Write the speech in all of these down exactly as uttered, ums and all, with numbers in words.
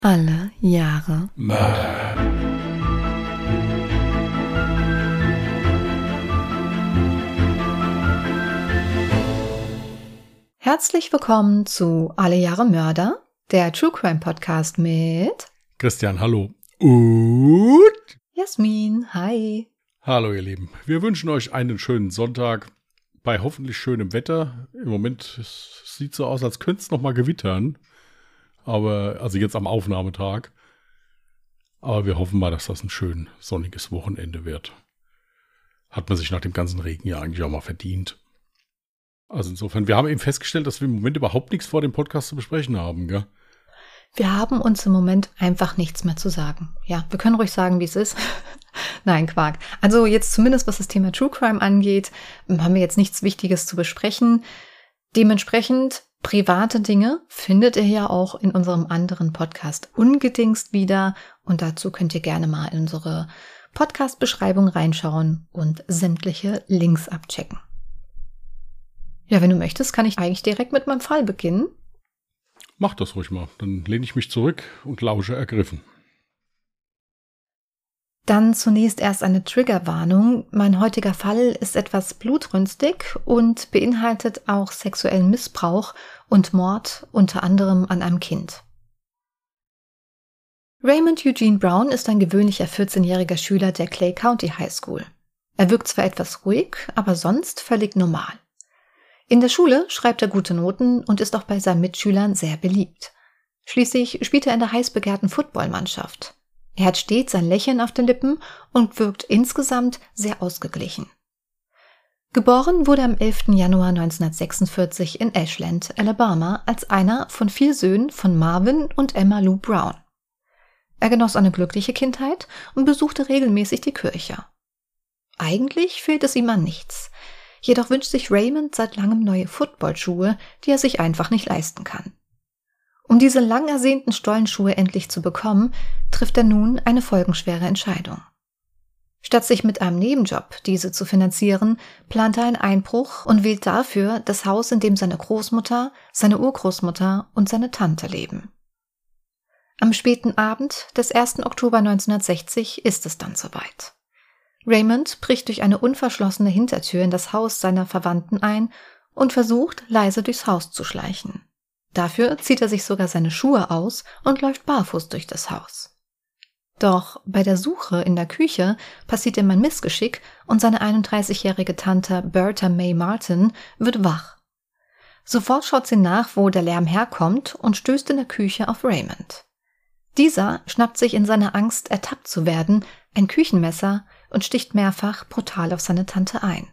Alle Jahre Mörder. Herzlich willkommen zu Alle Jahre Mörder, der True Crime Podcast mit Christian, hallo. Und Jasmin, hi. Hallo ihr Lieben. Wir wünschen euch einen schönen Sonntag bei hoffentlich schönem Wetter. Im Moment es sieht so aus, als könnte es noch mal gewittern. Aber, also jetzt am Aufnahmetag. Aber wir hoffen mal, dass das ein schön sonniges Wochenende wird. Hat man sich nach dem ganzen Regen ja eigentlich auch mal verdient. Also insofern, wir haben eben festgestellt, dass wir im Moment überhaupt nichts vor dem Podcast zu besprechen haben, gell? Wir haben uns im Moment einfach nichts mehr zu sagen. Ja, wir können ruhig sagen, wie es ist. Nein, Quark. Also jetzt zumindest, was das Thema True Crime angeht, haben wir jetzt nichts Wichtiges zu besprechen. Dementsprechend private Dinge findet ihr ja auch in unserem anderen Podcast ungedingst wieder. Und dazu könnt ihr gerne mal in unsere Podcast-Beschreibung reinschauen und sämtliche Links abchecken. Ja, wenn du möchtest, kann ich eigentlich direkt mit meinem Fall beginnen. Mach das ruhig mal. Dann lehne ich mich zurück und lausche ergriffen. Dann zunächst erst eine Triggerwarnung. Mein heutiger Fall ist etwas blutrünstig und beinhaltet auch sexuellen Missbrauch und Mord, unter anderem an einem Kind. Raymond Eugene Brown ist ein gewöhnlicher vierzehnjähriger Schüler der Clay County High School. Er wirkt zwar etwas ruhig, aber sonst völlig normal. In der Schule schreibt er gute Noten und ist auch bei seinen Mitschülern sehr beliebt. Schließlich spielt er in der heiß begehrten Footballmannschaft. Er hat stets ein Lächeln auf den Lippen und wirkt insgesamt sehr ausgeglichen. Geboren wurde er am elften Januar neunzehnhundertsechsundvierzig in Ashland, Alabama, als einer von vier Söhnen von Marvin und Emma Lou Brown. Er genoss eine glückliche Kindheit und besuchte regelmäßig die Kirche. Eigentlich fehlt es ihm an nichts. Jedoch wünscht sich Raymond seit langem neue Footballschuhe, die er sich einfach nicht leisten kann. Um diese lang ersehnten Stollenschuhe endlich zu bekommen, trifft er nun eine folgenschwere Entscheidung. Statt sich mit einem Nebenjob diese zu finanzieren, plant er einen Einbruch und wählt dafür das Haus, in dem seine Großmutter, seine Urgroßmutter und seine Tante leben. Am späten Abend des ersten Oktober neunzehnhundertsechzig ist es dann soweit. Raymond bricht durch eine unverschlossene Hintertür in das Haus seiner Verwandten ein und versucht, leise durchs Haus zu schleichen. Dafür zieht er sich sogar seine Schuhe aus und läuft barfuß durch das Haus. Doch bei der Suche in der Küche passiert ihm ein Missgeschick und seine einunddreißigjährige Tante Bertha May Martin wird wach. Sofort schaut sie nach, wo der Lärm herkommt und stößt in der Küche auf Raymond. Dieser schnappt sich in seiner Angst, ertappt zu werden, ein Küchenmesser und sticht mehrfach brutal auf seine Tante ein.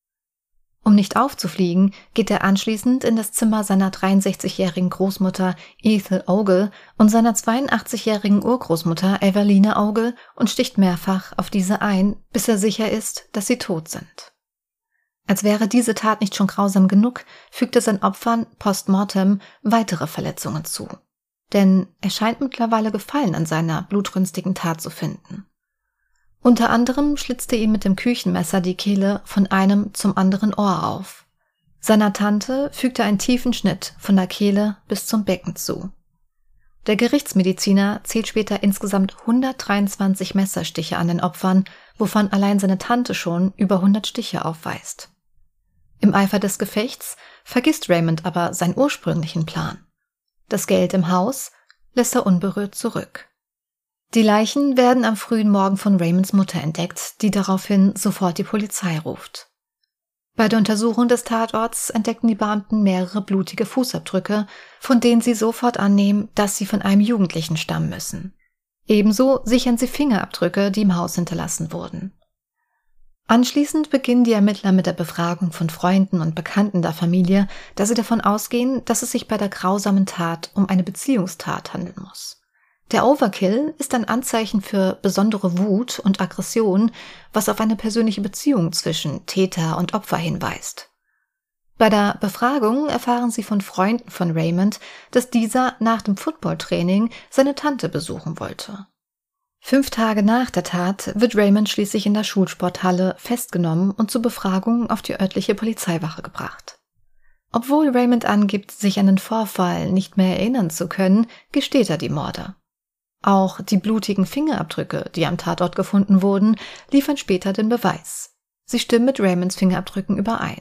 Um nicht aufzufliegen, geht er anschließend in das Zimmer seiner dreiundsechzigjährigen Großmutter Ethel Ogle und seiner zweiundachtzig-jährigen Urgroßmutter Eveline Ogle und sticht mehrfach auf diese ein, bis er sicher ist, dass sie tot sind. Als wäre diese Tat nicht schon grausam genug, fügt er seinen Opfern postmortem weitere Verletzungen zu. Denn er scheint mittlerweile Gefallen an seiner blutrünstigen Tat zu finden. Unter anderem schlitzte ihm mit dem Küchenmesser die Kehle von einem zum anderen Ohr auf. Seiner Tante fügte einen tiefen Schnitt von der Kehle bis zum Becken zu. Der Gerichtsmediziner zählt später insgesamt hundertdreiundzwanzig Messerstiche an den Opfern, wovon allein seine Tante schon über hundert Stiche aufweist. Im Eifer des Gefechts vergisst Raymond aber seinen ursprünglichen Plan. Das Geld im Haus lässt er unberührt zurück. Die Leichen werden am frühen Morgen von Raymonds Mutter entdeckt, die daraufhin sofort die Polizei ruft. Bei der Untersuchung des Tatorts entdeckten die Beamten mehrere blutige Fußabdrücke, von denen sie sofort annehmen, dass sie von einem Jugendlichen stammen müssen. Ebenso sichern sie Fingerabdrücke, die im Haus hinterlassen wurden. Anschließend beginnen die Ermittler mit der Befragung von Freunden und Bekannten der Familie, da sie davon ausgehen, dass es sich bei der grausamen Tat um eine Beziehungstat handeln muss. Der Overkill ist ein Anzeichen für besondere Wut und Aggression, was auf eine persönliche Beziehung zwischen Täter und Opfer hinweist. Bei der Befragung erfahren sie von Freunden von Raymond, dass dieser nach dem Footballtraining seine Tante besuchen wollte. Fünf Tage nach der Tat wird Raymond schließlich in der Schulsporthalle festgenommen und zur Befragung auf die örtliche Polizeiwache gebracht. Obwohl Raymond angibt, sich an den Vorfall nicht mehr erinnern zu können, gesteht er die Morde. Auch die blutigen Fingerabdrücke, die am Tatort gefunden wurden, liefern später den Beweis. Sie stimmen mit Raymonds Fingerabdrücken überein.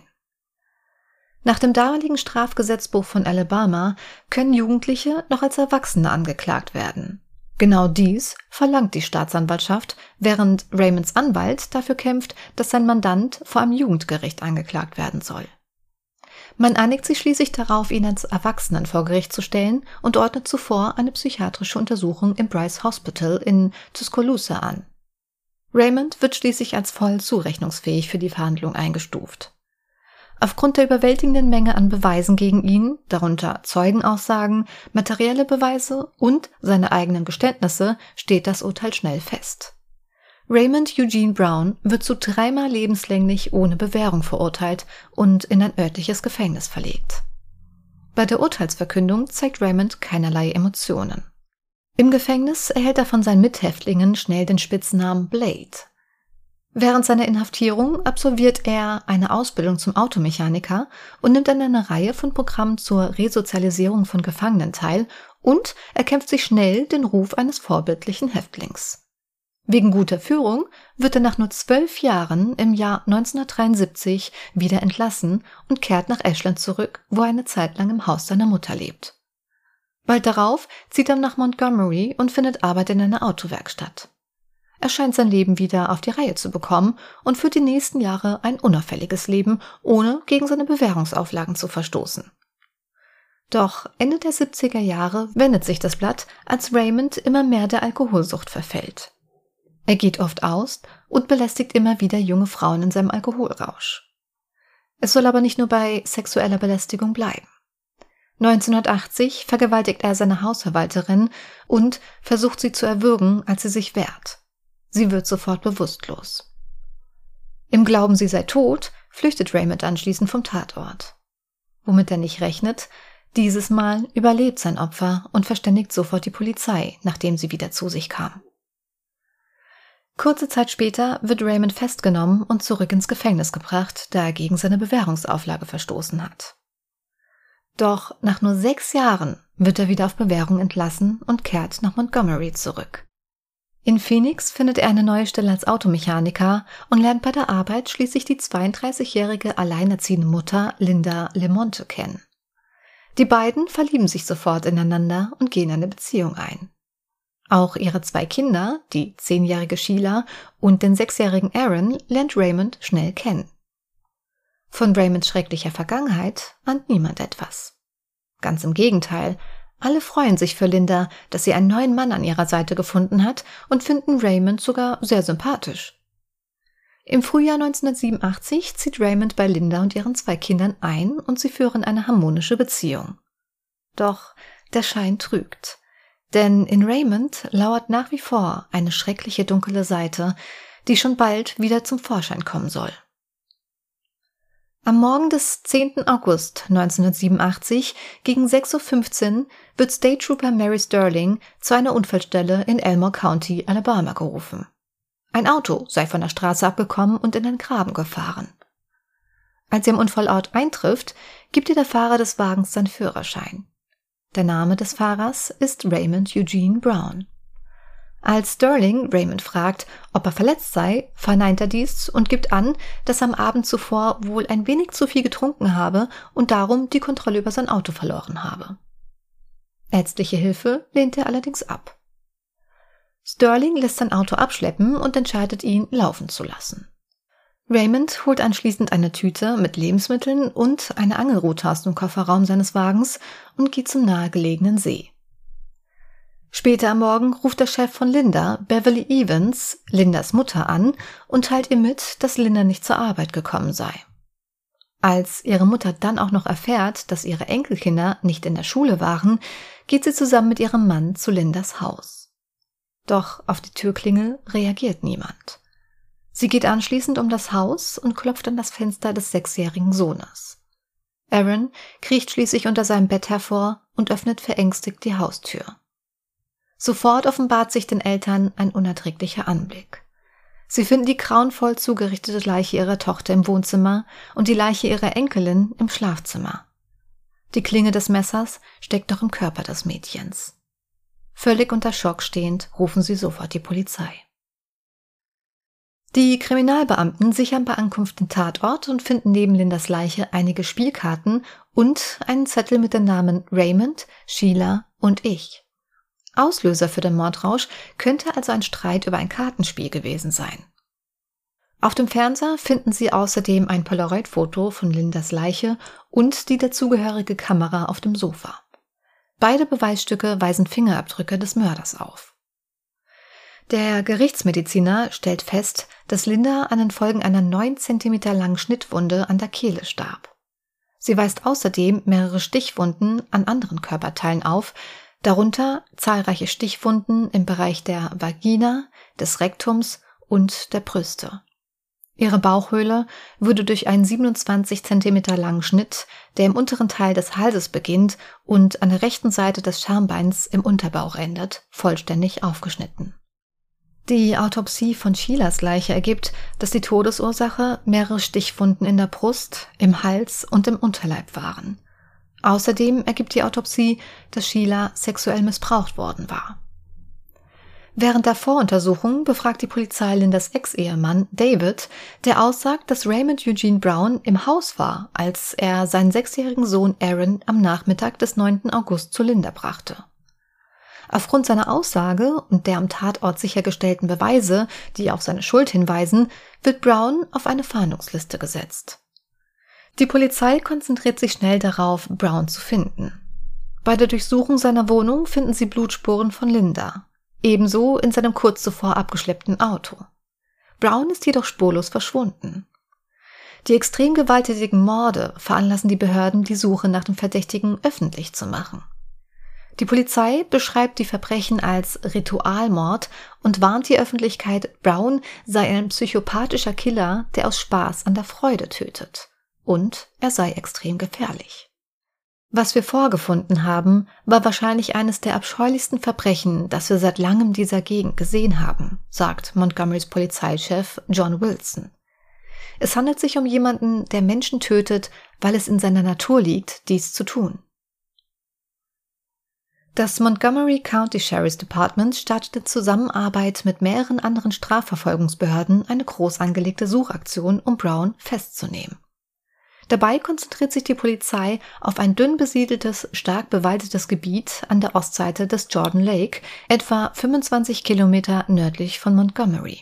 Nach dem damaligen Strafgesetzbuch von Alabama können Jugendliche noch als Erwachsene angeklagt werden. Genau dies verlangt die Staatsanwaltschaft, während Raymonds Anwalt dafür kämpft, dass sein Mandant vor einem Jugendgericht angeklagt werden soll. Man einigt sich schließlich darauf, ihn als Erwachsenen vor Gericht zu stellen und ordnet zuvor eine psychiatrische Untersuchung im Bryce Hospital in Tuscaloosa an. Raymond wird schließlich als voll zurechnungsfähig für die Verhandlung eingestuft. Aufgrund der überwältigenden Menge an Beweisen gegen ihn, darunter Zeugenaussagen, materielle Beweise und seine eigenen Geständnisse, steht das Urteil schnell fest. Raymond Eugene Brown wird zu dreimal lebenslänglich ohne Bewährung verurteilt und in ein örtliches Gefängnis verlegt. Bei der Urteilsverkündung zeigt Raymond keinerlei Emotionen. Im Gefängnis erhält er von seinen Mithäftlingen schnell den Spitznamen Blade. Während seiner Inhaftierung absolviert er eine Ausbildung zum Automechaniker und nimmt an einer Reihe von Programmen zur Resozialisierung von Gefangenen teil und erkämpft sich schnell den Ruf eines vorbildlichen Häftlings. Wegen guter Führung wird er nach nur zwölf Jahren im Jahr neunzehnhundertdreiundsiebzig wieder entlassen und kehrt nach Ashland zurück, wo er eine Zeit lang im Haus seiner Mutter lebt. Bald darauf zieht er nach Montgomery und findet Arbeit in einer Autowerkstatt. Er scheint sein Leben wieder auf die Reihe zu bekommen und führt die nächsten Jahre ein unauffälliges Leben, ohne gegen seine Bewährungsauflagen zu verstoßen. Doch Ende der siebziger Jahre wendet sich das Blatt, als Raymond immer mehr der Alkoholsucht verfällt. Er geht oft aus und belästigt immer wieder junge Frauen in seinem Alkoholrausch. Es soll aber nicht nur bei sexueller Belästigung bleiben. neunzehnhundertachtzig vergewaltigt er seine Hausverwalterin und versucht sie zu erwürgen, als sie sich wehrt. Sie wird sofort bewusstlos. Im Glauben, sie sei tot, flüchtet Raymond anschließend vom Tatort. Womit er nicht rechnet, dieses Mal überlebt sein Opfer und verständigt sofort die Polizei, nachdem sie wieder zu sich kam. Kurze Zeit später wird Raymond festgenommen und zurück ins Gefängnis gebracht, da er gegen seine Bewährungsauflage verstoßen hat. Doch nach nur sechs Jahren wird er wieder auf Bewährung entlassen und kehrt nach Montgomery zurück. In Phoenix findet er eine neue Stelle als Automechaniker und lernt bei der Arbeit schließlich die zweiunddreißigjährige alleinerziehende Mutter Linda Lemonte kennen. Die beiden verlieben sich sofort ineinander und gehen eine Beziehung ein. Auch ihre zwei Kinder, die zehnjährige Sheila und den sechsjährigen Aaron, lernt Raymond schnell kennen. Von Raymonds schrecklicher Vergangenheit ahnt niemand etwas. Ganz im Gegenteil, alle freuen sich für Linda, dass sie einen neuen Mann an ihrer Seite gefunden hat und finden Raymond sogar sehr sympathisch. Im Frühjahr neunzehnhundertsiebenundachtzig zieht Raymond bei Linda und ihren zwei Kindern ein und sie führen eine harmonische Beziehung. Doch der Schein trügt. Denn in Raymond lauert nach wie vor eine schreckliche dunkle Seite, die schon bald wieder zum Vorschein kommen soll. Am Morgen des zehnten August neunzehnhundertsiebenundachtzig gegen sechs Uhr fünfzehn wird State Trooper Mary Sterling zu einer Unfallstelle in Elmore County, Alabama, gerufen. Ein Auto sei von der Straße abgekommen und in einen Graben gefahren. Als sie am Unfallort eintrifft, gibt ihr der Fahrer des Wagens seinen Führerschein. Der Name des Fahrers ist Raymond Eugene Brown. Als Sterling Raymond fragt, ob er verletzt sei, verneint er dies und gibt an, dass er am Abend zuvor wohl ein wenig zu viel getrunken habe und darum die Kontrolle über sein Auto verloren habe. Ärztliche Hilfe lehnt er allerdings ab. Sterling lässt sein Auto abschleppen und entscheidet, ihn laufen zu lassen. Raymond holt anschließend eine Tüte mit Lebensmitteln und eine Angelrute aus dem Kofferraum seines Wagens und geht zum nahegelegenen See. Später am Morgen ruft der Chef von Linda, Beverly Evans, Lindas Mutter, an und teilt ihr mit, dass Linda nicht zur Arbeit gekommen sei. Als ihre Mutter dann auch noch erfährt, dass ihre Enkelkinder nicht in der Schule waren, geht sie zusammen mit ihrem Mann zu Lindas Haus. Doch auf die Türklingel reagiert niemand. Sie geht anschließend um das Haus und klopft an das Fenster des sechsjährigen Sohnes. Aaron kriecht schließlich unter seinem Bett hervor und öffnet verängstigt die Haustür. Sofort offenbart sich den Eltern ein unerträglicher Anblick. Sie finden die grauenvoll zugerichtete Leiche ihrer Tochter im Wohnzimmer und die Leiche ihrer Enkelin im Schlafzimmer. Die Klinge des Messers steckt noch im Körper des Mädchens. Völlig unter Schock stehend, rufen sie sofort die Polizei. Die Kriminalbeamten sichern bei Ankunft den Tatort und finden neben Lindas Leiche einige Spielkarten und einen Zettel mit den Namen Raymond, Sheila und ich. Auslöser für den Mordrausch könnte also ein Streit über ein Kartenspiel gewesen sein. Auf dem Fernseher finden sie außerdem ein Polaroid-Foto von Lindas Leiche und die dazugehörige Kamera auf dem Sofa. Beide Beweisstücke weisen Fingerabdrücke des Mörders auf. Der Gerichtsmediziner stellt fest, dass Linda an den Folgen einer neun Zentimeter langen Schnittwunde an der Kehle starb. Sie weist außerdem mehrere Stichwunden an anderen Körperteilen auf, darunter zahlreiche Stichwunden im Bereich der Vagina, des Rektums und der Brüste. Ihre Bauchhöhle wurde durch einen siebenundzwanzig Zentimeter langen Schnitt, der im unteren Teil des Halses beginnt und an der rechten Seite des Schambeins im Unterbauch endet, vollständig aufgeschnitten. Die Autopsie von Sheilas Leiche ergibt, dass die Todesursache mehrere Stichwunden in der Brust, im Hals und im Unterleib waren. Außerdem ergibt die Autopsie, dass Sheila sexuell missbraucht worden war. Während der Voruntersuchung befragt die Polizei Lindas Ex-Ehemann David, der aussagt, dass Raymond Eugene Brown im Haus war, als er seinen sechsjährigen Sohn Aaron am Nachmittag des neunten August zu Linda brachte. Aufgrund seiner Aussage und der am Tatort sichergestellten Beweise, die auf seine Schuld hinweisen, wird Brown auf eine Fahndungsliste gesetzt. Die Polizei konzentriert sich schnell darauf, Brown zu finden. Bei der Durchsuchung seiner Wohnung finden sie Blutspuren von Linda. Ebenso in seinem kurz zuvor abgeschleppten Auto. Brown ist jedoch spurlos verschwunden. Die extrem gewalttätigen Morde veranlassen die Behörden, die Suche nach dem Verdächtigen öffentlich zu machen. Die Polizei beschreibt die Verbrechen als Ritualmord und warnt die Öffentlichkeit, Brown sei ein psychopathischer Killer, der aus Spaß an der Freude tötet. Und er sei extrem gefährlich. Was wir vorgefunden haben, war wahrscheinlich eines der abscheulichsten Verbrechen, das wir seit langem dieser Gegend gesehen haben, sagt Montgomerys Polizeichef John Wilson. Es handelt sich um jemanden, der Menschen tötet, weil es in seiner Natur liegt, dies zu tun. Das Montgomery County Sheriff's Department startet in Zusammenarbeit mit mehreren anderen Strafverfolgungsbehörden eine groß angelegte Suchaktion, um Brown festzunehmen. Dabei konzentriert sich die Polizei auf ein dünn besiedeltes, stark bewaldetes Gebiet an der Ostseite des Jordan Lake, etwa fünfundzwanzig Kilometer nördlich von Montgomery.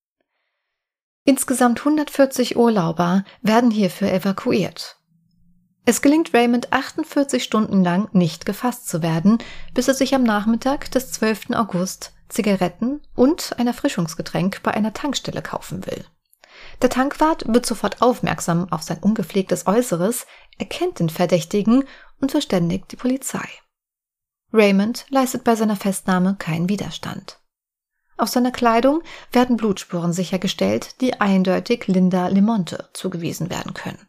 Insgesamt hundertvierzig Urlauber werden hierfür evakuiert. Es gelingt Raymond achtundvierzig Stunden lang nicht gefasst zu werden, bis er sich am Nachmittag des zwölften August Zigaretten und ein Erfrischungsgetränk bei einer Tankstelle kaufen will. Der Tankwart wird sofort aufmerksam auf sein ungepflegtes Äußeres, erkennt den Verdächtigen und verständigt die Polizei. Raymond leistet bei seiner Festnahme keinen Widerstand. Auf seiner Kleidung werden Blutspuren sichergestellt, die eindeutig Linda Lemonte zugewiesen werden können.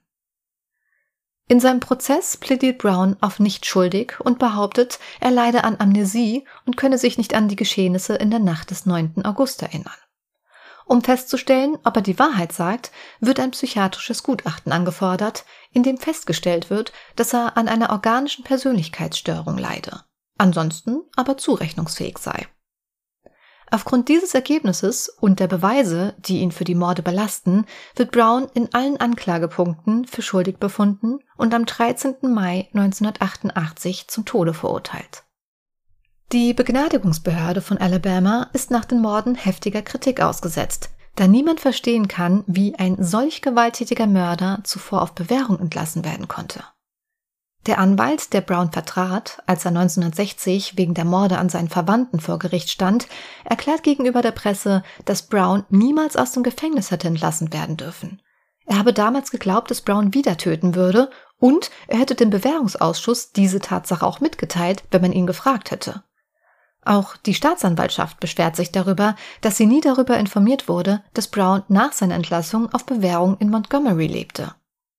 In seinem Prozess plädiert Brown auf nicht schuldig und behauptet, er leide an Amnesie und könne sich nicht an die Geschehnisse in der Nacht des neunten August erinnern. Um festzustellen, ob er die Wahrheit sagt, wird ein psychiatrisches Gutachten angefordert, in dem festgestellt wird, dass er an einer organischen Persönlichkeitsstörung leide, ansonsten aber zurechnungsfähig sei. Aufgrund dieses Ergebnisses und der Beweise, die ihn für die Morde belasten, wird Brown in allen Anklagepunkten für schuldig befunden und am dreizehnten Mai neunzehnhundertachtundachtzig zum Tode verurteilt. Die Begnadigungsbehörde von Alabama ist nach den Morden heftiger Kritik ausgesetzt, da niemand verstehen kann, wie ein solch gewalttätiger Mörder zuvor auf Bewährung entlassen werden konnte. Der Anwalt, der Brown vertrat, als er neunzehnhundertsechzig wegen der Morde an seinen Verwandten vor Gericht stand, erklärt gegenüber der Presse, dass Brown niemals aus dem Gefängnis hätte entlassen werden dürfen. Er habe damals geglaubt, dass Brown wieder töten würde und er hätte dem Bewährungsausschuss diese Tatsache auch mitgeteilt, wenn man ihn gefragt hätte. Auch die Staatsanwaltschaft beschwert sich darüber, dass sie nie darüber informiert wurde, dass Brown nach seiner Entlassung auf Bewährung in Montgomery lebte.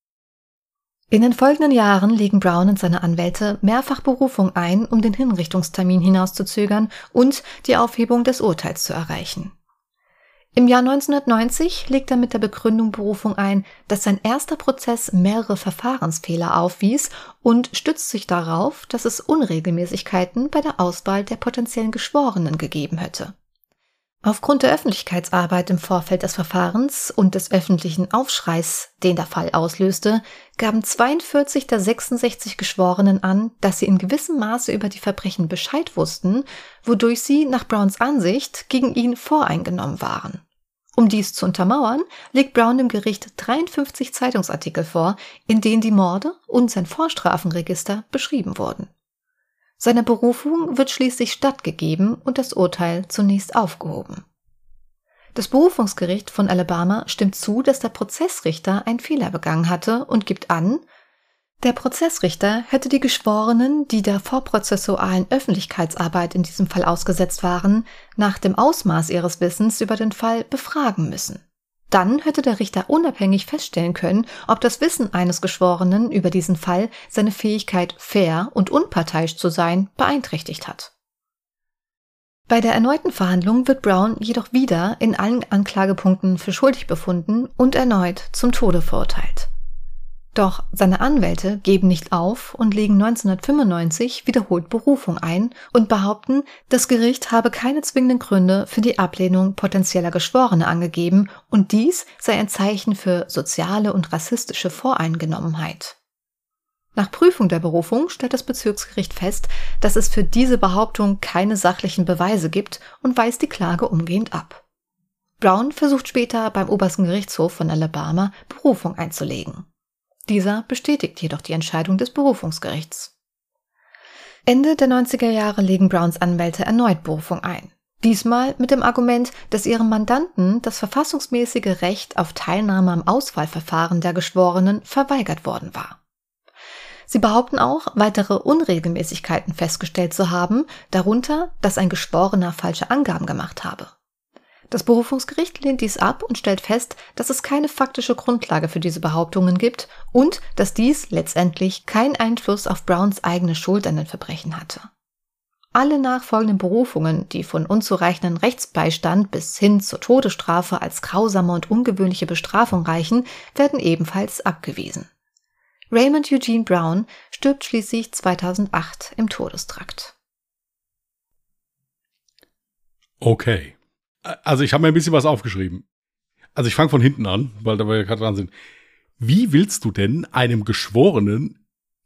In den folgenden Jahren legen Brown und seine Anwälte mehrfach Berufung ein, um den Hinrichtungstermin hinauszuzögern und die Aufhebung des Urteils zu erreichen. Im Jahr neunzehnhundertneunzig legt er mit der Begründung Berufung ein, dass sein erster Prozess mehrere Verfahrensfehler aufwies und stützt sich darauf, dass es Unregelmäßigkeiten bei der Auswahl der potenziellen Geschworenen gegeben hätte. Aufgrund der Öffentlichkeitsarbeit im Vorfeld des Verfahrens und des öffentlichen Aufschreis, den der Fall auslöste, gaben zweiundvierzig der sechsundsechzig Geschworenen an, dass sie in gewissem Maße über die Verbrechen Bescheid wussten, wodurch sie nach Browns Ansicht gegen ihn voreingenommen waren. Um dies zu untermauern, legt Brown dem Gericht dreiundfünfzig Zeitungsartikel vor, in denen die Morde und sein Vorstrafenregister beschrieben wurden. Seiner Berufung wird schließlich stattgegeben und das Urteil zunächst aufgehoben. Das Berufungsgericht von Alabama stimmt zu, dass der Prozessrichter einen Fehler begangen hatte und gibt an, der Prozessrichter hätte die Geschworenen, die der vorprozessualen Öffentlichkeitsarbeit in diesem Fall ausgesetzt waren, nach dem Ausmaß ihres Wissens über den Fall befragen müssen. Dann hätte der Richter unabhängig feststellen können, ob das Wissen eines Geschworenen über diesen Fall seine Fähigkeit, fair und unparteiisch zu sein, beeinträchtigt hat. Bei der erneuten Verhandlung wird Brown jedoch wieder in allen Anklagepunkten für schuldig befunden und erneut zum Tode verurteilt. Doch seine Anwälte geben nicht auf und legen neunzehnhundertfünfundneunzig wiederholt Berufung ein und behaupten, das Gericht habe keine zwingenden Gründe für die Ablehnung potenzieller Geschworene angegeben und dies sei ein Zeichen für soziale und rassistische Voreingenommenheit. Nach Prüfung der Berufung stellt das Bezirksgericht fest, dass es für diese Behauptung keine sachlichen Beweise gibt und weist die Klage umgehend ab. Brown versucht später beim Obersten Gerichtshof von Alabama Berufung einzulegen. Dieser bestätigt jedoch die Entscheidung des Berufungsgerichts. Ende der neunziger Jahre legen Browns Anwälte erneut Berufung ein. Diesmal mit dem Argument, dass ihrem Mandanten das verfassungsmäßige Recht auf Teilnahme am Auswahlverfahren der Geschworenen verweigert worden war. Sie behaupten auch, weitere Unregelmäßigkeiten festgestellt zu haben, darunter, dass ein Geschworener falsche Angaben gemacht habe. Das Berufungsgericht lehnt dies ab und stellt fest, dass es keine faktische Grundlage für diese Behauptungen gibt und dass dies letztendlich keinen Einfluss auf Browns eigene Schuld an den Verbrechen hatte. Alle nachfolgenden Berufungen, die von unzureichenden Rechtsbeistand bis hin zur Todesstrafe als grausame und ungewöhnliche Bestrafung reichen, werden ebenfalls abgewiesen. Raymond Eugene Brown stirbt schließlich zweitausendacht im Todestrakt. Okay. Also ich habe mir ein bisschen was aufgeschrieben. Also ich fange von hinten an, weil da wir ja gerade dran sind. Wie willst du denn einem Geschworenen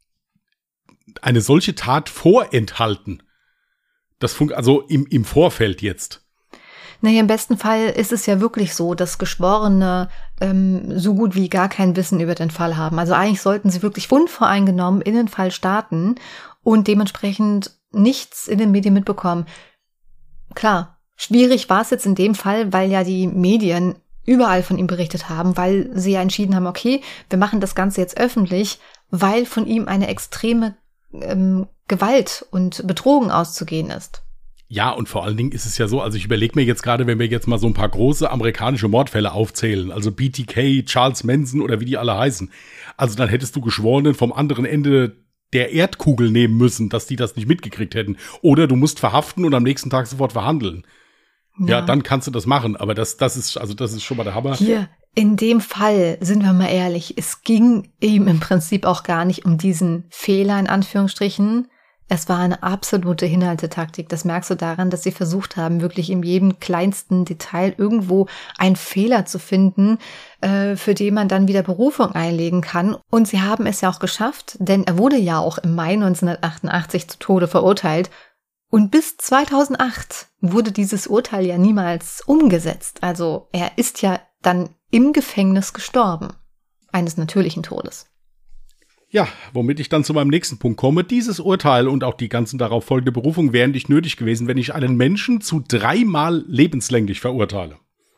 eine solche Tat vorenthalten? Das funkt also im, im Vorfeld jetzt. Naja, im besten Fall ist es ja wirklich so, dass Geschworene ähm, so gut wie gar kein Wissen über den Fall haben. Also eigentlich sollten sie wirklich unvoreingenommen in den Fall starten und dementsprechend nichts in den Medien mitbekommen. Klar, schwierig war es jetzt in dem Fall, weil ja die Medien überall von ihm berichtet haben, weil sie ja entschieden haben, okay, wir machen das Ganze jetzt öffentlich, weil von ihm eine extreme ähm, Gewalt und Betrogen auszugehen ist. Ja, und vor allen Dingen ist es ja so, also ich überlege mir jetzt gerade, wenn wir jetzt mal so ein paar große amerikanische Mordfälle aufzählen, also B T K, Charles Manson oder wie die alle heißen, also dann hättest du Geschworenen vom anderen Ende der Erdkugel nehmen müssen, dass die das nicht mitgekriegt hätten. Oder du musst verhaften und am nächsten Tag sofort verhandeln. Ja, ja dann kannst du das machen, aber das, das ist, also das ist schon mal der Hammer. Hier, in dem Fall, sind wir mal ehrlich, es ging ihm im Prinzip auch gar nicht um diesen Fehler in Anführungsstrichen. Es war eine absolute Hinhaltetaktik. Das merkst du daran, dass sie versucht haben, wirklich in jedem kleinsten Detail irgendwo einen Fehler zu finden, äh, für den man dann wieder Berufung einlegen kann. Und sie haben es ja auch geschafft, denn er wurde ja auch im Mai neunzehnhundertachtundachtzig zu Tode verurteilt. Und bis zweitausendacht wurde dieses Urteil ja niemals umgesetzt. Also er ist ja dann im Gefängnis gestorben. Eines natürlichen Todes. Ja, womit ich dann zu meinem nächsten Punkt komme. Dieses Urteil und auch die ganzen darauf folgende Berufung wären nicht nötig gewesen, wenn ich einen Menschen zu dreimal lebenslänglich verurteile.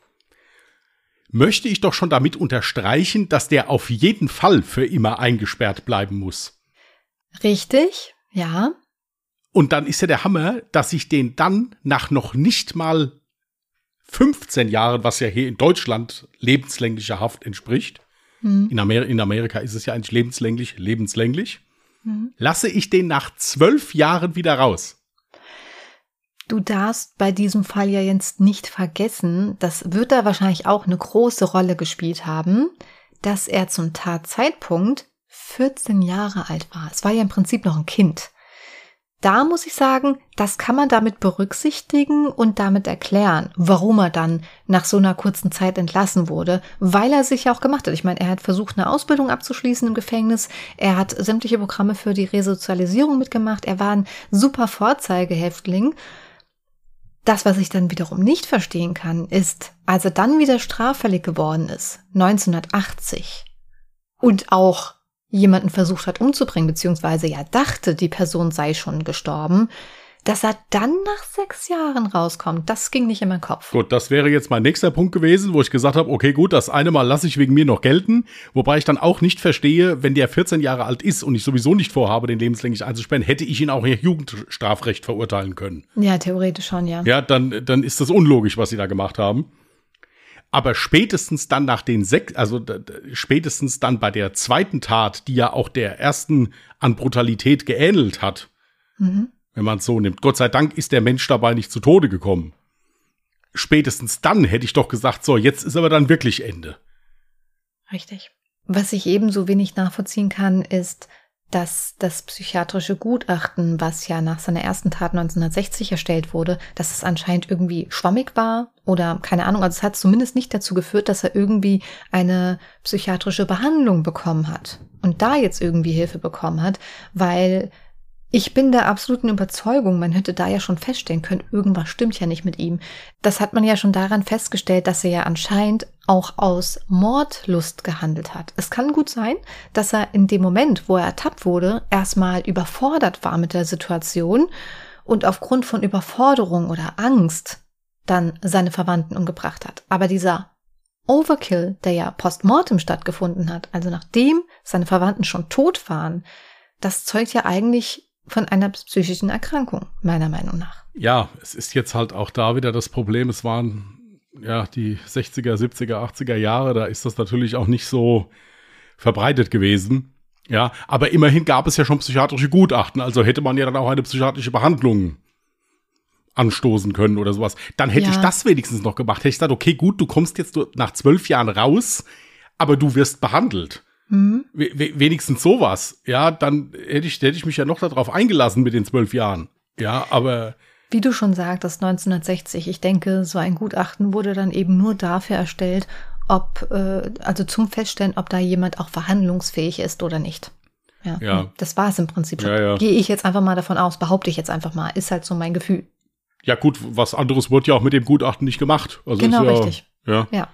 Möchte ich doch schon damit unterstreichen, dass der auf jeden Fall für immer eingesperrt bleiben muss. Richtig, ja. Und dann ist ja der Hammer, dass ich den dann nach noch nicht mal fünfzehn Jahren, was ja hier in Deutschland lebenslänglicher Haft entspricht, hm. in, Amer- in Amerika ist es ja eigentlich lebenslänglich, lebenslänglich, hm. lasse ich den nach zwölf Jahren wieder raus. Du darfst bei diesem Fall ja jetzt nicht vergessen, das wird da wahrscheinlich auch eine große Rolle gespielt haben, dass er zum Tatzeitpunkt vierzehn Jahre alt war. Es war ja im Prinzip noch ein Kind. Da muss ich sagen, das kann man damit berücksichtigen und damit erklären, warum er dann nach so einer kurzen Zeit entlassen wurde, weil er sich ja auch gemacht hat. Ich meine, er hat versucht, eine Ausbildung abzuschließen im Gefängnis, er hat sämtliche Programme für die Resozialisierung mitgemacht, er war ein super Vorzeigehäftling. Das, was ich dann wiederum nicht verstehen kann, ist, als er dann wieder straffällig geworden ist, neunzehnhundertachtzig, und auch jemanden versucht hat umzubringen, beziehungsweise ja dachte, die Person sei schon gestorben, dass er dann nach sechs Jahren rauskommt, das ging nicht in meinen Kopf. Gut, das wäre jetzt mein nächster Punkt gewesen, wo ich gesagt habe, okay, gut, das eine Mal lasse ich wegen mir noch gelten, wobei ich dann auch nicht verstehe, wenn der vierzehn Jahre alt ist und ich sowieso nicht vorhabe, den lebenslänglich einzusperren, hätte ich ihn auch in Jugendstrafrecht verurteilen können. Ja, theoretisch schon, ja. Ja, dann, dann ist das unlogisch, was sie da gemacht haben. Aber spätestens dann nach den sechs, also d- d- spätestens dann bei der zweiten Tat, die ja auch der ersten an Brutalität geähnelt hat, Mhm. wenn man es so nimmt. Gott sei Dank ist der Mensch dabei nicht zu Tode gekommen. Spätestens dann hätte ich doch gesagt, so, jetzt ist aber dann wirklich Ende. Richtig. Was ich ebenso wenig nachvollziehen kann, ist, dass das psychiatrische Gutachten, was ja nach seiner ersten Tat neunzehnhundertsechzig erstellt wurde, dass es anscheinend irgendwie schwammig war oder keine Ahnung, also es hat zumindest nicht dazu geführt, dass er irgendwie eine psychiatrische Behandlung bekommen hat und da jetzt irgendwie Hilfe bekommen hat, weil ich bin der absoluten Überzeugung, man hätte da ja schon feststellen können, irgendwas stimmt ja nicht mit ihm. Das hat man ja schon daran festgestellt, dass er ja anscheinend auch aus Mordlust gehandelt hat. Es kann gut sein, dass er in dem Moment, wo er ertappt wurde, erstmal überfordert war mit der Situation und aufgrund von Überforderung oder Angst dann seine Verwandten umgebracht hat. Aber dieser Overkill, der ja postmortem stattgefunden hat, also nachdem seine Verwandten schon tot waren, das zeugt ja eigentlich von einer psychischen Erkrankung, meiner Meinung nach. Ja, es ist jetzt halt auch da wieder das Problem, es waren ja die sechziger, siebziger, achtziger Jahre, da ist das natürlich auch nicht so verbreitet gewesen. Ja, aber immerhin gab es ja schon psychiatrische Gutachten, also hätte man ja dann auch eine psychiatrische Behandlung anstoßen können oder sowas. Dann hätte Ja. ich das wenigstens noch gemacht. Hätte ich gesagt, okay, gut, du kommst jetzt nach zwölf Jahren raus, aber du wirst behandelt. Mhm. We- we- wenigstens sowas. Ja, dann hätte ich, hätte ich mich ja noch darauf eingelassen mit den zwölf Jahren. Ja, aber Wie du schon sagtest, neunzehnhundertsechzig, ich denke, so ein Gutachten wurde dann eben nur dafür erstellt, ob, äh, also zum Feststellen, ob da jemand auch verhandlungsfähig ist oder nicht. Ja, Ja. Das war es im Prinzip schon. Ja, ja. Gehe ich jetzt einfach mal davon aus, behaupte ich jetzt einfach mal, ist halt so mein Gefühl. ja gut, was anderes wurde ja auch mit dem Gutachten nicht gemacht. Also Genau, ist ja, richtig. Ja. Ja.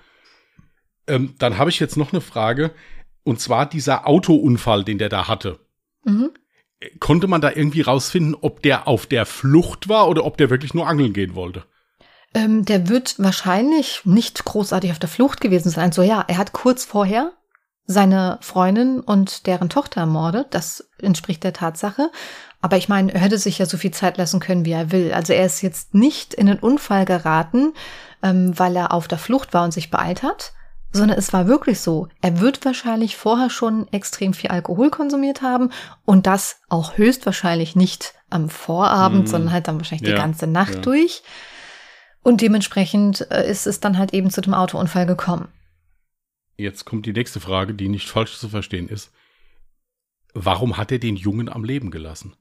Ähm, dann habe ich jetzt noch eine Frage. Und zwar dieser Autounfall, den der da hatte. Mhm. Konnte man da irgendwie rausfinden, ob der auf der Flucht war oder ob der wirklich nur angeln gehen wollte? Ähm, der wird wahrscheinlich nicht großartig auf der Flucht gewesen sein. So ja, er hat kurz vorher seine Freundin und deren Tochter ermordet. Das entspricht der Tatsache. Aber ich meine, er hätte sich ja so viel Zeit lassen können, wie er will. Also er ist jetzt nicht in den Unfall geraten, ähm, weil er auf der Flucht war und sich beeilt hat, sondern es war wirklich so. Er wird wahrscheinlich vorher schon extrem viel Alkohol konsumiert haben und das auch höchstwahrscheinlich nicht am Vorabend, Mm. sondern halt dann wahrscheinlich Ja, die ganze Nacht ja. durch. Und dementsprechend äh, ist es dann halt eben zu dem Autounfall gekommen. Jetzt kommt die nächste Frage, die nicht falsch zu verstehen ist. Warum hat er den Jungen am Leben gelassen?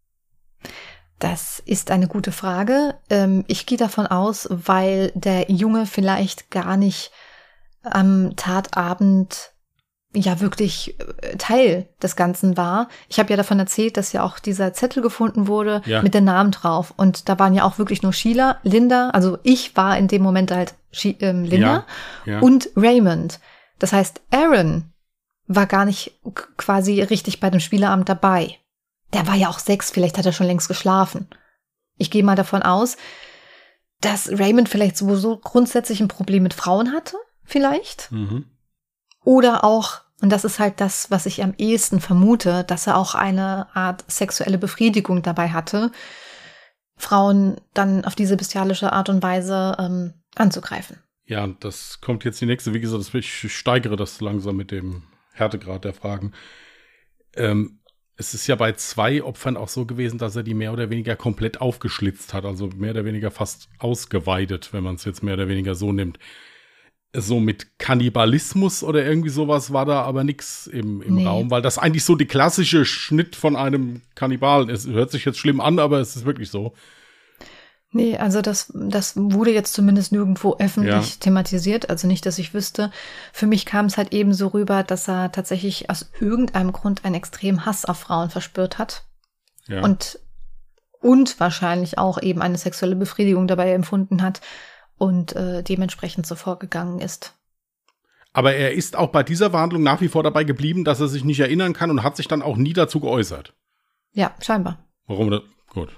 Das ist eine gute Frage. Ähm, ich gehe davon aus, weil der Junge vielleicht gar nicht am Tatabend ja wirklich äh, Teil des Ganzen war. Ich habe ja davon erzählt, dass ja auch dieser Zettel gefunden wurde Ja. mit den Namen drauf. Und da waren ja auch wirklich nur Sheila, Linda, also ich war in dem Moment halt Shi- ähm, Linda Ja, ja. und Raymond. Das heißt, Aaron war gar nicht k- quasi richtig bei dem Spieleabend dabei. Der war ja auch sechs, vielleicht hat er schon längst geschlafen. Ich gehe mal davon aus, dass Raymond vielleicht sowieso grundsätzlich ein Problem mit Frauen hatte, vielleicht. Mhm. Oder auch, und das ist halt das, was ich am ehesten vermute, dass er auch eine Art sexuelle Befriedigung dabei hatte, Frauen dann auf diese bestialische Art und Weise ähm, anzugreifen. Ja, das kommt jetzt die nächste. Wie gesagt, ich steigere das langsam mit dem Härtegrad der Fragen. Ähm, es ist ja bei zwei Opfern auch so gewesen, dass er die mehr oder weniger komplett aufgeschlitzt hat, also mehr oder weniger fast ausgeweidet, wenn man es jetzt mehr oder weniger so nimmt. So mit Kannibalismus oder irgendwie sowas war da aber nichts im, im nee. Raum, weil das eigentlich so die klassische Schnitt von einem Kannibalen ist. Hört sich jetzt schlimm an, aber es ist wirklich so. Nee, also das, das wurde jetzt zumindest nirgendwo öffentlich ja. thematisiert, also nicht, dass ich wüsste. Für mich kam es halt eben so rüber, dass er tatsächlich aus irgendeinem Grund einen extremen Hass auf Frauen verspürt hat. Ja. Und, und wahrscheinlich auch eben eine sexuelle Befriedigung dabei empfunden hat. Und äh, dementsprechend so vorgegangen ist. Aber er ist auch bei dieser Verhandlung nach wie vor dabei geblieben, dass er sich nicht erinnern kann und hat sich dann auch nie dazu geäußert. Ja, scheinbar. Warum das? Gut.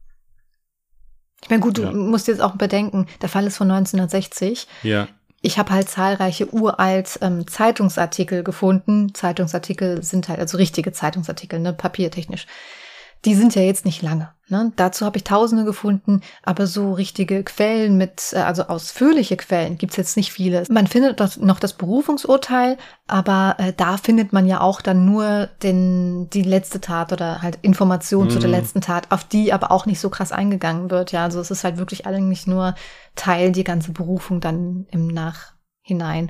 Ich meine, gut, du ja. musst jetzt auch bedenken, der Fall ist von neunzehnhundertsechzig. Ja. Ich habe halt zahlreiche uralt ähm, Zeitungsartikel gefunden. Zeitungsartikel sind halt, also richtige Zeitungsartikel, ne, papiertechnisch. Die sind ja jetzt nicht lange. Ne? Dazu habe ich Tausende gefunden, aber so richtige Quellen mit, also ausführliche Quellen gibt's jetzt nicht viele. Man findet das, noch das Berufungsurteil, aber äh, da findet man ja auch dann nur den, die letzte Tat oder halt Informationen mhm. zu der letzten Tat, auf die aber auch nicht so krass eingegangen wird. Ja, also es ist halt wirklich eigentlich nur Teil, die ganze Berufung dann im Nachhinein.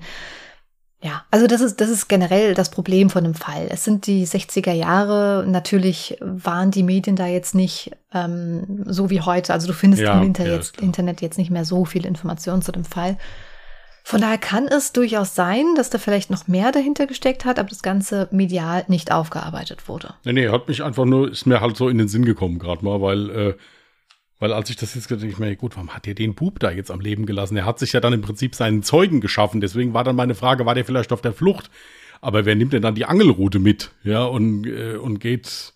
Ja, also das ist, das ist generell das Problem von dem Fall. Es sind die sechziger Jahre. Natürlich waren die Medien da jetzt nicht ähm, so wie heute. Also du findest ja, im Internet, ja, jetzt, Internet jetzt nicht mehr so viele Informationen zu dem Fall. Von daher kann es durchaus sein, dass da vielleicht noch mehr dahinter gesteckt hat, aber das Ganze medial nicht aufgearbeitet wurde. Nee, nee, hat mich einfach nur, ist mir halt so in den Sinn gekommen gerade mal, weil äh, Weil als ich das jetzt gedacht habe, ich mir, gut, warum hat der den Bub da jetzt am Leben gelassen? Er hat sich ja dann im Prinzip seinen Zeugen geschaffen. Deswegen war dann meine Frage, war der vielleicht auf der Flucht? Aber wer nimmt denn dann die Angelrute mit? Ja, und, äh, und geht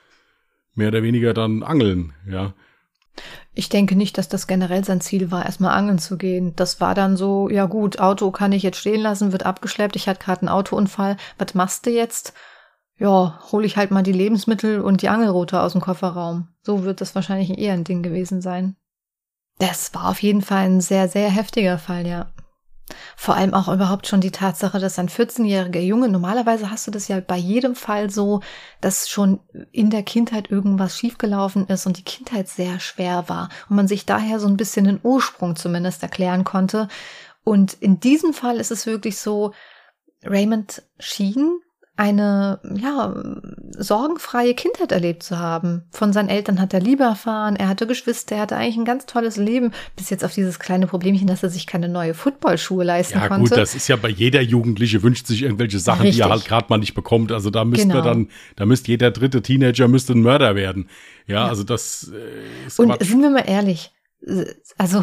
mehr oder weniger dann angeln, ja. Ich denke nicht, dass das generell sein Ziel war, erstmal angeln zu gehen. Das war dann so, ja gut, Auto kann ich jetzt stehen lassen, wird abgeschleppt, ich hatte gerade einen Autounfall. Was machst du jetzt? Ja, hole ich halt mal die Lebensmittel und die Angelrute aus dem Kofferraum. So wird das wahrscheinlich eher ein Ding gewesen sein. Das war auf jeden Fall ein sehr, sehr heftiger Fall, ja. Vor allem auch überhaupt schon die Tatsache, dass ein vierzehnjähriger Junge, normalerweise hast du das ja bei jedem Fall so, dass schon in der Kindheit irgendwas schiefgelaufen ist und die Kindheit sehr schwer war und man sich daher so ein bisschen den Ursprung zumindest erklären konnte. Und in diesem Fall ist es wirklich so, Raymond schien eine, ja, sorgenfreie Kindheit erlebt zu haben. Von seinen Eltern hat er Liebe erfahren, er hatte Geschwister, er hatte eigentlich ein ganz tolles Leben, bis jetzt auf dieses kleine Problemchen, dass er sich keine neue Footballschuhe leisten ja, konnte. Ja gut, das ist ja bei jeder Jugendliche, wünscht sich irgendwelche Sachen, Richtig. die er halt gerade mal nicht bekommt. Also da müsste genau. dann, da müsste jeder dritte Teenager müsste ein Mörder werden. Ja, ja. also das äh, ist Und Quatsch. Sind wir mal ehrlich, also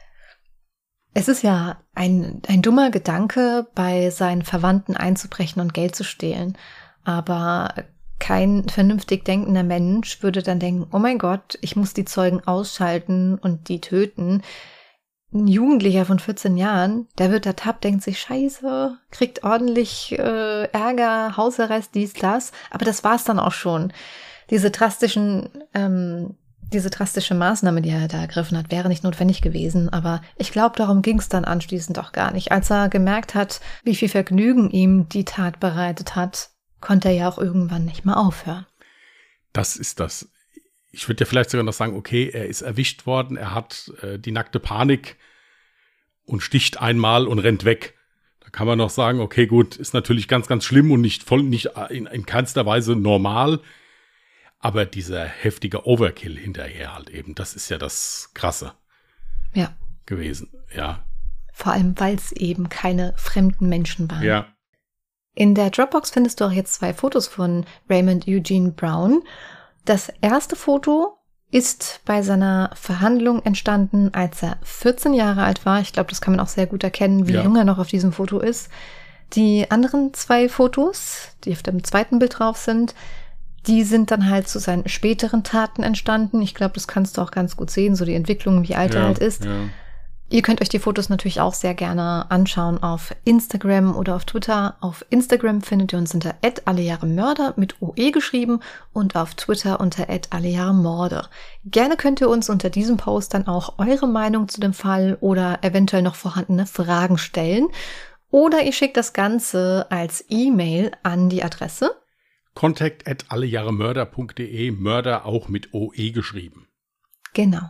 es ist ja ein, ein dummer Gedanke, bei seinen Verwandten einzubrechen und Geld zu stehlen. Aber kein vernünftig denkender Mensch würde dann denken, oh mein Gott, ich muss die Zeugen ausschalten und die töten. Ein Jugendlicher von vierzehn Jahren, der wird ertappt, denkt sich, scheiße, kriegt ordentlich äh, Ärger, Hausarrest, dies, das. Aber das war's dann auch schon. Diese drastischen ähm, Diese drastische Maßnahme, die er da ergriffen hat, wäre nicht notwendig gewesen. Aber ich glaube, darum ging es dann anschließend auch gar nicht. Als er gemerkt hat, wie viel Vergnügen ihm die Tat bereitet hat, konnte er ja auch irgendwann nicht mehr aufhören. Das ist das. Ich würde ja vielleicht sogar noch sagen, okay, er ist erwischt worden, er hat äh, die nackte Panik und sticht einmal und rennt weg. Da kann man noch sagen, okay, gut, ist natürlich ganz, ganz schlimm und nicht voll, nicht in, in keinster Weise normal. Aber dieser heftige Overkill hinterher halt eben, das ist ja das Krasse ja. gewesen, ja. Vor allem, weil es eben keine fremden Menschen waren. Ja. In der Dropbox findest du auch jetzt zwei Fotos von Raymond Eugene Brown. Das erste Foto ist bei seiner Verhandlung entstanden, als er vierzehn Jahre alt war. Ich glaube, das kann man auch sehr gut erkennen, wie ja. jung er noch auf diesem Foto ist. Die anderen zwei Fotos, die auf dem zweiten Bild drauf sind, die sind dann halt zu seinen späteren Taten entstanden. Ich glaube, das kannst du auch ganz gut sehen, so die Entwicklung, wie alt ja, er halt ist. Ja. Ihr könnt euch die Fotos natürlich auch sehr gerne anschauen auf Instagram oder auf Twitter. Auf Instagram findet ihr uns unter at allejahremörder mit O E geschrieben und auf Twitter unter at allejahremorde. Gerne könnt ihr uns unter diesem Post dann auch eure Meinung zu dem Fall oder eventuell noch vorhandene Fragen stellen. Oder ihr schickt das Ganze als E-Mail an die Adresse contact at allejahremörder punkt de, Mörder auch mit O E geschrieben. Genau.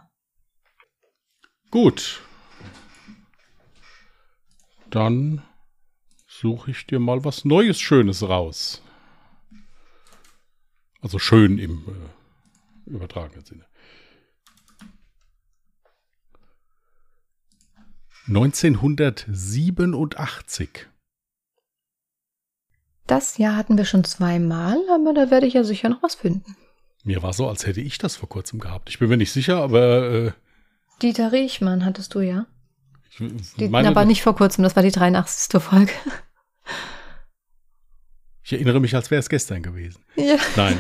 Gut. Dann suche ich dir mal was Neues, Schönes raus. Also schön im äh, übertragenen Sinne. neunzehnhundertsiebenundachtzig. Das Jahr hatten wir schon zweimal, aber da werde ich ja sicher noch was finden. Mir war so, als hätte ich das vor kurzem gehabt. Ich bin mir nicht sicher, aber... Äh, Dieter Riechmann hattest du ja. Ich Die, meine, aber nicht vor kurzem, das war die dreiundachtzigste Folge. Ich erinnere mich, als wäre es gestern gewesen. Ja. Nein.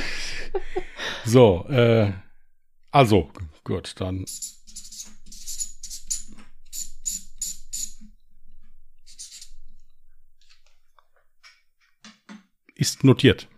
So, äh, also, gut, dann... Ist notiert.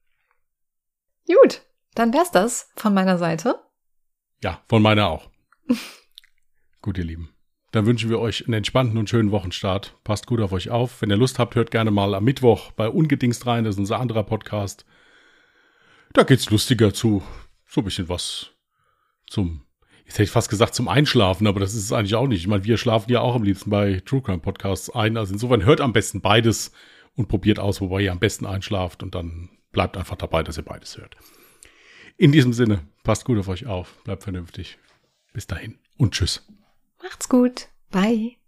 Gut, dann wär's das von meiner Seite. Ja, von meiner auch. Gut, ihr Lieben. Dann wünschen wir euch einen entspannten und schönen Wochenstart. Passt gut auf euch auf. Wenn ihr Lust habt, hört gerne mal am Mittwoch bei Ungedingst rein. Das ist unser anderer Podcast. Da geht's lustiger zu. So ein bisschen was zum, jetzt hätte ich fast gesagt zum Einschlafen, aber das ist es eigentlich auch nicht. Ich meine, wir schlafen ja auch am liebsten bei True Crime Podcasts ein. Also insofern hört am besten beides und probiert aus, wobei ihr am besten einschlaft und dann bleibt einfach dabei, dass ihr beides hört. In diesem Sinne, passt gut auf euch auf, bleibt vernünftig. Bis dahin und tschüss. Macht's gut. Bye.